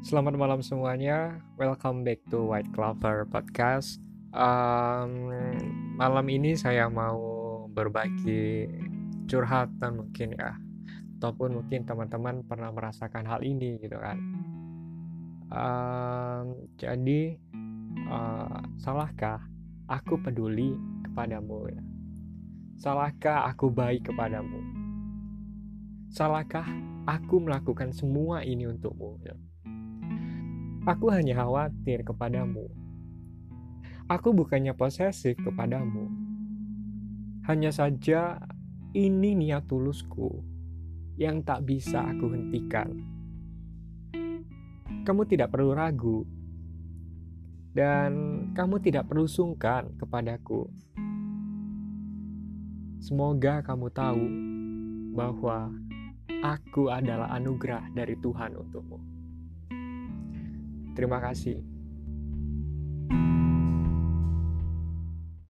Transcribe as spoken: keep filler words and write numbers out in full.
Selamat malam semuanya. Welcome back to White Clover Podcast. Um, Malam ini saya mau berbagi curhatan mungkin ya, ataupun mungkin teman-teman pernah merasakan hal ini gitu kan. Um, jadi, uh, salahkah aku peduli kepadamu ya? Salahkah aku baik kepadamu? Salahkah aku melakukan semua ini untukmu ya? Aku hanya khawatir kepadamu. Aku bukannya posesif kepadamu. Hanya saja ini niat tulusku yang tak bisa aku hentikan. Kamu tidak perlu ragu dan kamu tidak perlu sungkan kepadaku. Semoga kamu tahu bahwa aku adalah anugerah dari Tuhan untukmu. Terima kasih.